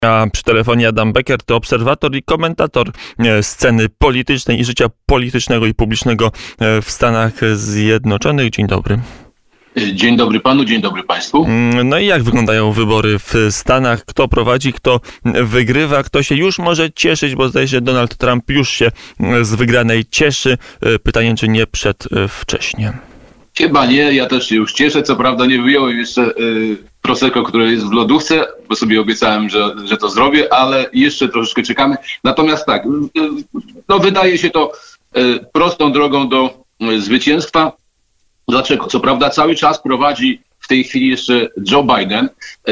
A przy telefonie Adam Becker to obserwator i komentator sceny politycznej i życia politycznego i publicznego w Stanach Zjednoczonych. Dzień dobry. Dzień dobry panu, dzień dobry państwu. No i jak wyglądają wybory w Stanach? Kto prowadzi, kto wygrywa, kto się już może cieszyć, bo zdaje się, że Donald Trump już się z wygranej cieszy. Pytanie, czy nie przedwcześnie? Chyba nie, ja też się już cieszę. Co prawda nie wyjąłem jeszcze Prosecco, które jest w lodówce, bo sobie obiecałem, że to zrobię, ale jeszcze troszeczkę czekamy. Natomiast tak, no wydaje się to prostą drogą do zwycięstwa. Dlaczego? Co prawda cały czas prowadzi w tej chwili jeszcze Joe Biden.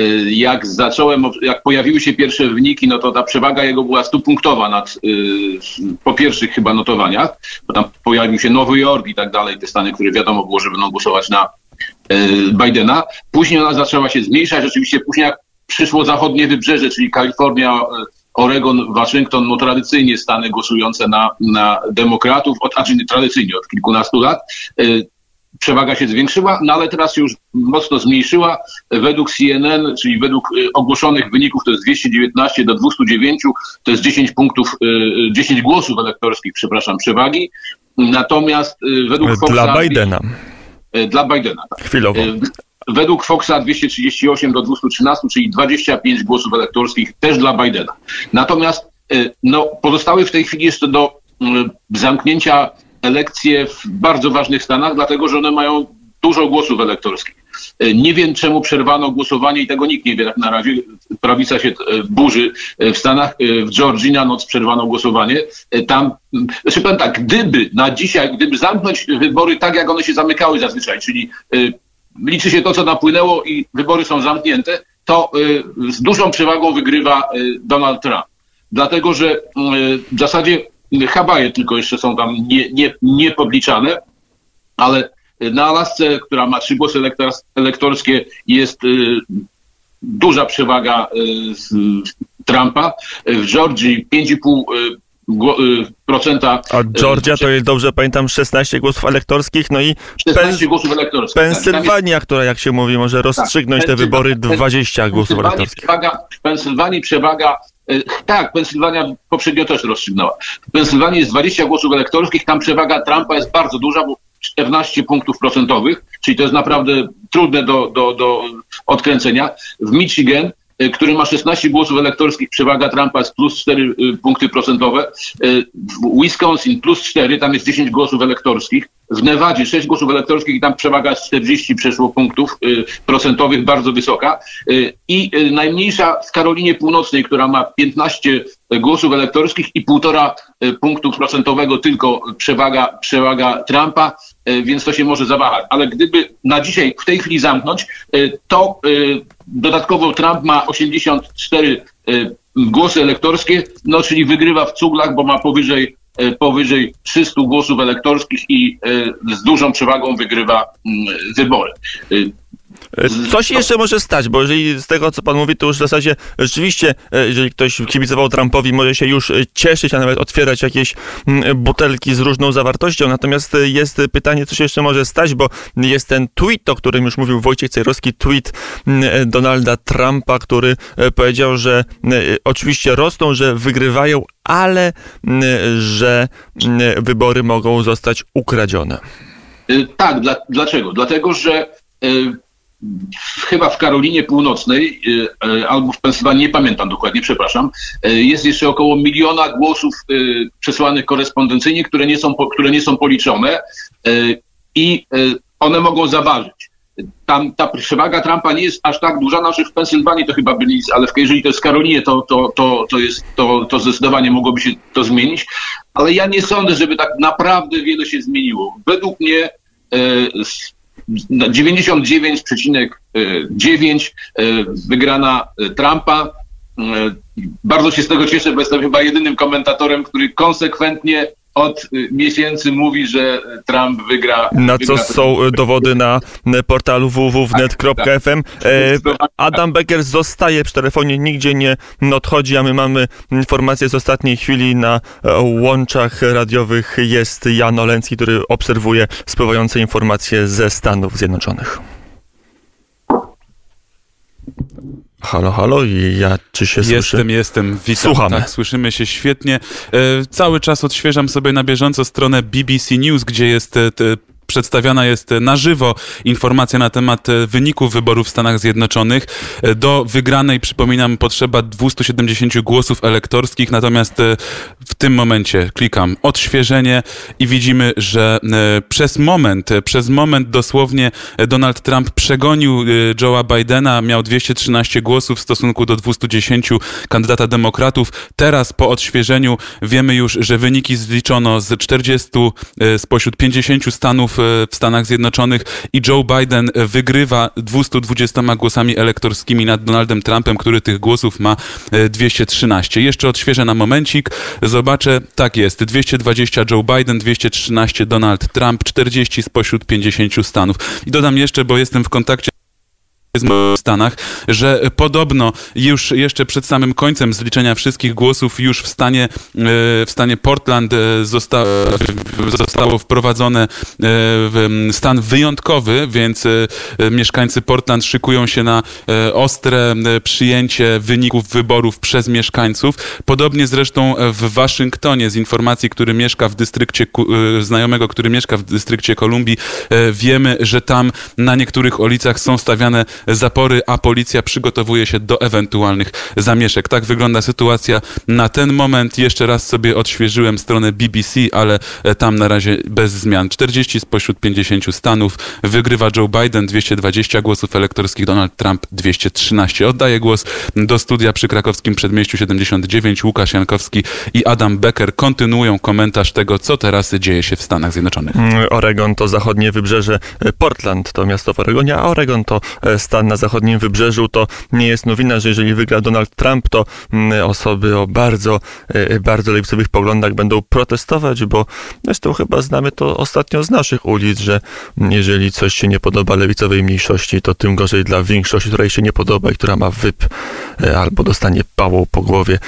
Jak pojawiły się pierwsze wyniki, no to ta przewaga jego była 100-punktowa po pierwszych chyba notowaniach, bo tam pojawił się Nowy Jork i tak dalej, te stany, które wiadomo było, że będą głosować na Bidena. Później ona zaczęła się zmniejszać. Rzeczywiście później jak przyszło zachodnie wybrzeże, czyli Kalifornia, Oregon, Waszyngton, no tradycyjnie stany głosujące na demokratów, tradycyjnie od kilkunastu lat, przewaga się zwiększyła, no ale teraz się już mocno zmniejszyła. Według CNN, czyli według ogłoszonych wyników, to jest 219 do 209, to jest 10 głosów elektorskich, przewagi. Natomiast według Foxa... Dla Bidena, tak. Chwilowo. Według Foxa 238 do 213, czyli 25 głosów elektorskich też dla Bidena. Natomiast pozostały w tej chwili jeszcze do zamknięcia elekcje w bardzo ważnych stanach, dlatego że one mają dużo głosów elektorskich. Nie wiem, czemu przerwano głosowanie i tego nikt nie wie tak na razie. Prawica się burzy w Stanach. W Georgii na noc przerwano głosowanie. Powiem tak, gdyby zamknąć wybory tak, jak one się zamykały zazwyczaj, czyli liczy się to, co napłynęło i wybory są zamknięte, to z dużą przewagą wygrywa Donald Trump. Dlatego, że w zasadzie Hawaje tylko jeszcze są tam niepodliczane, ale na Alasce, która ma 3 głosy elektorskie, jest duża przewaga Trumpa. W Georgii 5,5%. A Georgia to jest, dobrze pamiętam, 16 głosów elektorskich, no i 16 głosów elektorskich. Pensylwania, która, jak się mówi, może rozstrzygnąć te wybory, 20 głosów elektorskich. W Pensylwanii przewaga. Tak, Pensylwania poprzednio też rozstrzygnęła. W Pensylwanii jest 20 głosów elektorskich, tam przewaga Trumpa jest bardzo duża, bo 14 punktów procentowych, czyli to jest naprawdę trudne do odkręcenia. W Michigan, który ma 16 głosów elektorskich, przewaga Trumpa jest plus 4 punkty procentowe. W Wisconsin plus 4, tam jest 10 głosów elektorskich. W Nevadzie 6 głosów elektorskich i tam przewaga 40 przeszło punktów procentowych, bardzo wysoka. I najmniejsza w Karolinie Północnej, która ma 15 głosów elektorskich i 1,5 punktu procentowego tylko przewaga Trumpa, więc to się może zawahać. Ale gdyby na dzisiaj w tej chwili zamknąć, to dodatkowo Trump ma 84 głosy elektorskie, no czyli wygrywa w cuglach, bo ma powyżej 300 głosów elektorskich i z dużą przewagą wygrywa wybory. Co się jeszcze może stać? Bo jeżeli z tego, co pan mówi, to już w zasadzie rzeczywiście, jeżeli ktoś kibicował Trumpowi, może się już cieszyć, a nawet otwierać jakieś butelki z różną zawartością. Natomiast jest pytanie, co się jeszcze może stać, bo jest ten tweet, o którym już mówił Wojciech Cejrowski, tweet Donalda Trumpa, który powiedział, że oczywiście rosną, że wygrywają, ale że wybory mogą zostać ukradzione. Tak, dlaczego? Dlatego, że chyba w Karolinie Północnej albo w Pensylwanii, nie pamiętam dokładnie, przepraszam, jest jeszcze około 1 miliona głosów przesłanych korespondencyjnie, które nie są policzone i one mogą zaważyć. Tam ta przewaga Trumpa nie jest aż tak duża, w Pensylwanii to chyba by nic, ale jeżeli to jest w Karolinie, to zdecydowanie mogłoby się to zmienić. Ale ja nie sądzę, żeby tak naprawdę wiele się zmieniło. Według mnie 99,9 wygrana Trumpa. Bardzo się z tego cieszę, bo jestem chyba jedynym komentatorem, który konsekwentnie od miesięcy mówi, że Trump wygra. Na co są dowody na portalu www.wnet.fm. Adam Becker zostaje przy telefonie, nigdzie nie odchodzi, a my mamy informację z ostatniej chwili. Na łączach radiowych jest Jan Oleński, który obserwuje spływające informacje ze Stanów Zjednoczonych. Halo, halo, i czy się słyszy? Jestem, witam. Słuchamy. Tak, słyszymy się świetnie. Cały czas odświeżam sobie na bieżąco stronę BBC News, gdzie jest przedstawiana jest na żywo informacja na temat wyników wyborów w Stanach Zjednoczonych. Do wygranej, przypominam, potrzeba 270 głosów elektorskich, natomiast w tym momencie klikam odświeżenie i widzimy, że przez moment dosłownie Donald Trump przegonił Joe'a Bidena, miał 213 głosów w stosunku do 210 kandydata demokratów. Teraz po odświeżeniu wiemy już, że wyniki zliczono z 40 spośród 50 stanów w Stanach Zjednoczonych i Joe Biden wygrywa 220 głosami elektorskimi nad Donaldem Trumpem, który tych głosów ma 213. Jeszcze odświeżę na momencik, zobaczę, tak jest, 220 Joe Biden, 213 Donald Trump, 40 spośród 50 stanów. I dodam jeszcze, bo jestem w kontakcie w Stanach, że podobno już jeszcze przed samym końcem zliczenia wszystkich głosów już w stanie Portland zostało wprowadzone stan wyjątkowy, więc mieszkańcy Portland szykują się na ostre przyjęcie wyników wyborów przez mieszkańców. Podobnie zresztą w Waszyngtonie, z informacji, znajomego, który mieszka w dystrykcie Kolumbii, wiemy, że tam na niektórych ulicach są stawiane zapory, a policja przygotowuje się do ewentualnych zamieszek. Tak wygląda sytuacja na ten moment. Jeszcze raz sobie odświeżyłem stronę BBC, ale tam na razie bez zmian. 40 spośród 50 stanów. Wygrywa Joe Biden, 220 głosów elektorskich, Donald Trump 213. Oddaję głos do studia przy krakowskim Przedmieściu 79. Łukasz Jankowski i Adam Becker kontynuują komentarz tego, co teraz dzieje się w Stanach Zjednoczonych. Oregon to zachodnie wybrzeże, Portland to miasto w Oregonie, a Oregon to stan na zachodnim wybrzeżu. To nie jest nowina, że jeżeli wygra Donald Trump, to osoby o bardzo lewicowych poglądach będą protestować, bo zresztą chyba znamy to ostatnio z naszych ulic, że jeżeli coś się nie podoba lewicowej mniejszości, to tym gorzej dla większości, której się nie podoba i która ma wyp albo dostanie pałą po głowie.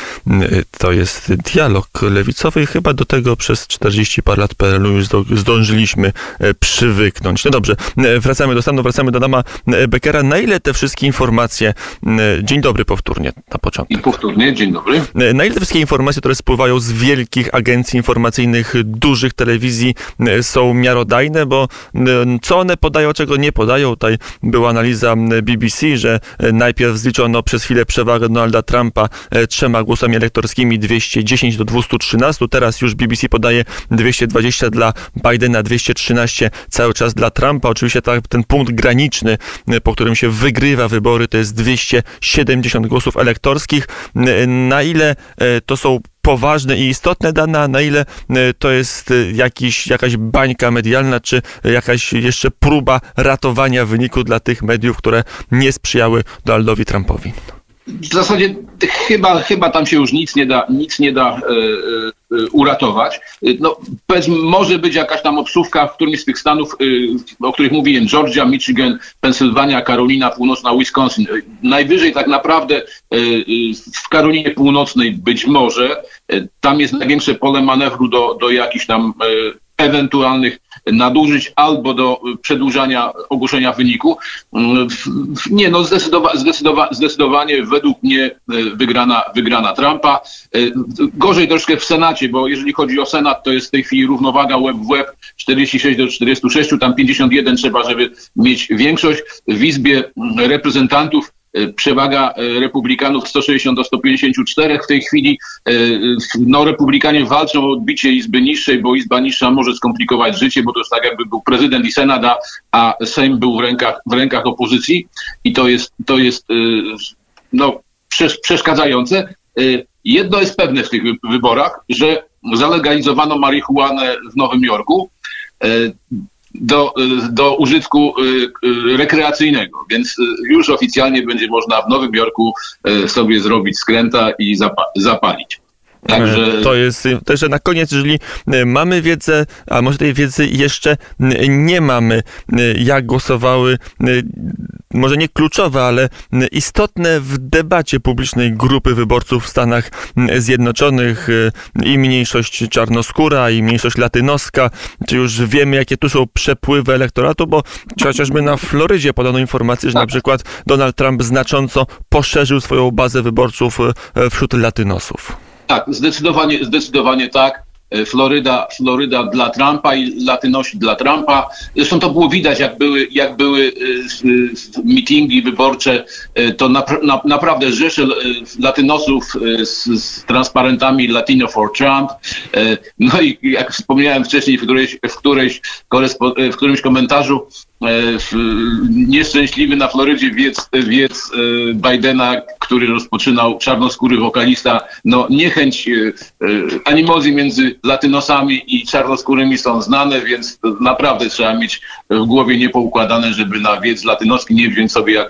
To jest dialog lewicowy i chyba do tego przez 40 par lat PRL-u już zdążyliśmy przywyknąć. No dobrze, wracamy do stanu, wracamy do Adama Beckera. Na ile te wszystkie informacje, dzień dobry powtórnie na początek. I powtórnie, dzień dobry. Na ile te wszystkie informacje, które spływają z wielkich agencji informacyjnych, dużych telewizji są miarodajne, bo co one podają, czego nie podają. Tutaj była analiza BBC, że najpierw zliczono przez chwilę przewagę Donalda Trumpa 3 głosami elektorskimi, 210 do 213. Teraz już BBC podaje 220 dla Bidena, 213 cały czas dla Trumpa. Oczywiście ten punkt graniczny, po którym się wygrywa wybory, to jest 270 głosów elektorskich. Na ile to są poważne i istotne dane, a na ile to jest jakaś bańka medialna, czy jakaś jeszcze próba ratowania wyniku dla tych mediów, które nie sprzyjały Donaldowi Trumpowi? W zasadzie chyba tam się już nic nie da uratować. No, może być jakaś tam obsówka w którymś z tych stanów, o których mówiłem, Georgia, Michigan, Pensylwania, Karolina Północna, Wisconsin. Najwyżej tak naprawdę w Karolinie Północnej być może. Tam jest największe pole manewru do jakichś tam ewentualnych nadużyć albo do przedłużania ogłoszenia wyniku. Nie, no zdecydowanie według mnie wygrana Trumpa. Gorzej troszkę w Senacie, bo jeżeli chodzi o Senat, to jest w tej chwili równowaga łeb w łeb 46 do 46, tam 51 trzeba, żeby mieć większość. W Izbie Reprezentantów przewaga republikanów 160 do 154 w tej chwili. No, republikanie walczą o odbicie Izby niższej, bo Izba niższa może skomplikować życie, bo to jest tak, jakby był prezydent i Senat, a Sejm był w rękach opozycji i to jest przeszkadzające. Jedno jest pewne w tych wyborach, że zalegalizowano marihuanę w Nowym Jorku do użytku rekreacyjnego, więc już oficjalnie będzie można w Nowym Jorku sobie zrobić skręta i zapalić. Także To jest też, że na koniec, jeżeli mamy wiedzę, a może tej wiedzy jeszcze nie mamy, jak głosowały, może nie kluczowe, ale istotne w debacie publicznej grupy wyborców w Stanach Zjednoczonych, i mniejszość czarnoskóra, i mniejszość latynoska, czy już wiemy, jakie tu są przepływy elektoratu, bo chociażby na Florydzie podano informację, że na przykład Donald Trump znacząco poszerzył swoją bazę wyborców wśród latynosów. tak, zdecydowanie tak. Floryda dla Trumpa i Latynosi dla Trumpa. Zresztą to było widać, jak były mitingi wyborcze, to naprawdę rzesze Latynosów z transparentami Latino for Trump. No i jak wspomniałem wcześniej w którymś komentarzu, nieszczęśliwy na Florydzie wiec Bidena, który rozpoczynał, czarnoskóry wokalista, no niechęć, animozje między latynosami i czarnoskórymi są znane, więc naprawdę trzeba mieć w głowie niepoukładane, żeby na wiec latynoski nie wziąć sobie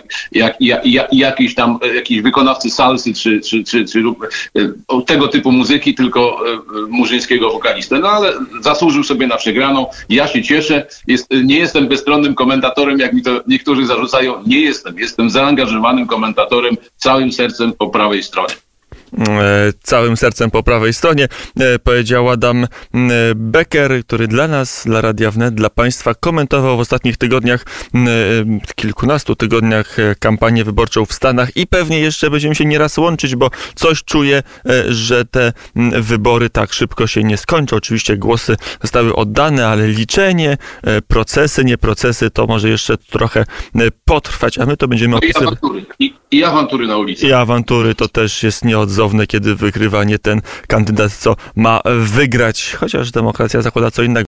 jakiś wykonawcy salsy czy tego typu muzyki, tylko murzyńskiego wokalistę. No ale zasłużył sobie na przegraną. Ja się cieszę. Nie jestem bezstronnym komentatorem, jak mi to niektórzy zarzucają. Nie jestem. Jestem zaangażowanym komentatorem, całym sercem po prawej stronie. Całym sercem po prawej stronie, powiedział Adam Becker, który dla nas, dla Radia Wnet, dla Państwa komentował w ostatnich tygodniach, kilkunastu tygodniach kampanię wyborczą w Stanach i pewnie jeszcze będziemy się nieraz łączyć, bo coś czuję, że te wybory tak szybko się nie skończą. Oczywiście głosy zostały oddane, ale liczenie, procesy, nie procesy, to może jeszcze trochę potrwać, a my to będziemy opisywać. I awantury na ulicy. I awantury to też jest nieodzowne, kiedy wygrywa nie ten kandydat, co ma wygrać, chociaż demokracja zakłada co innego.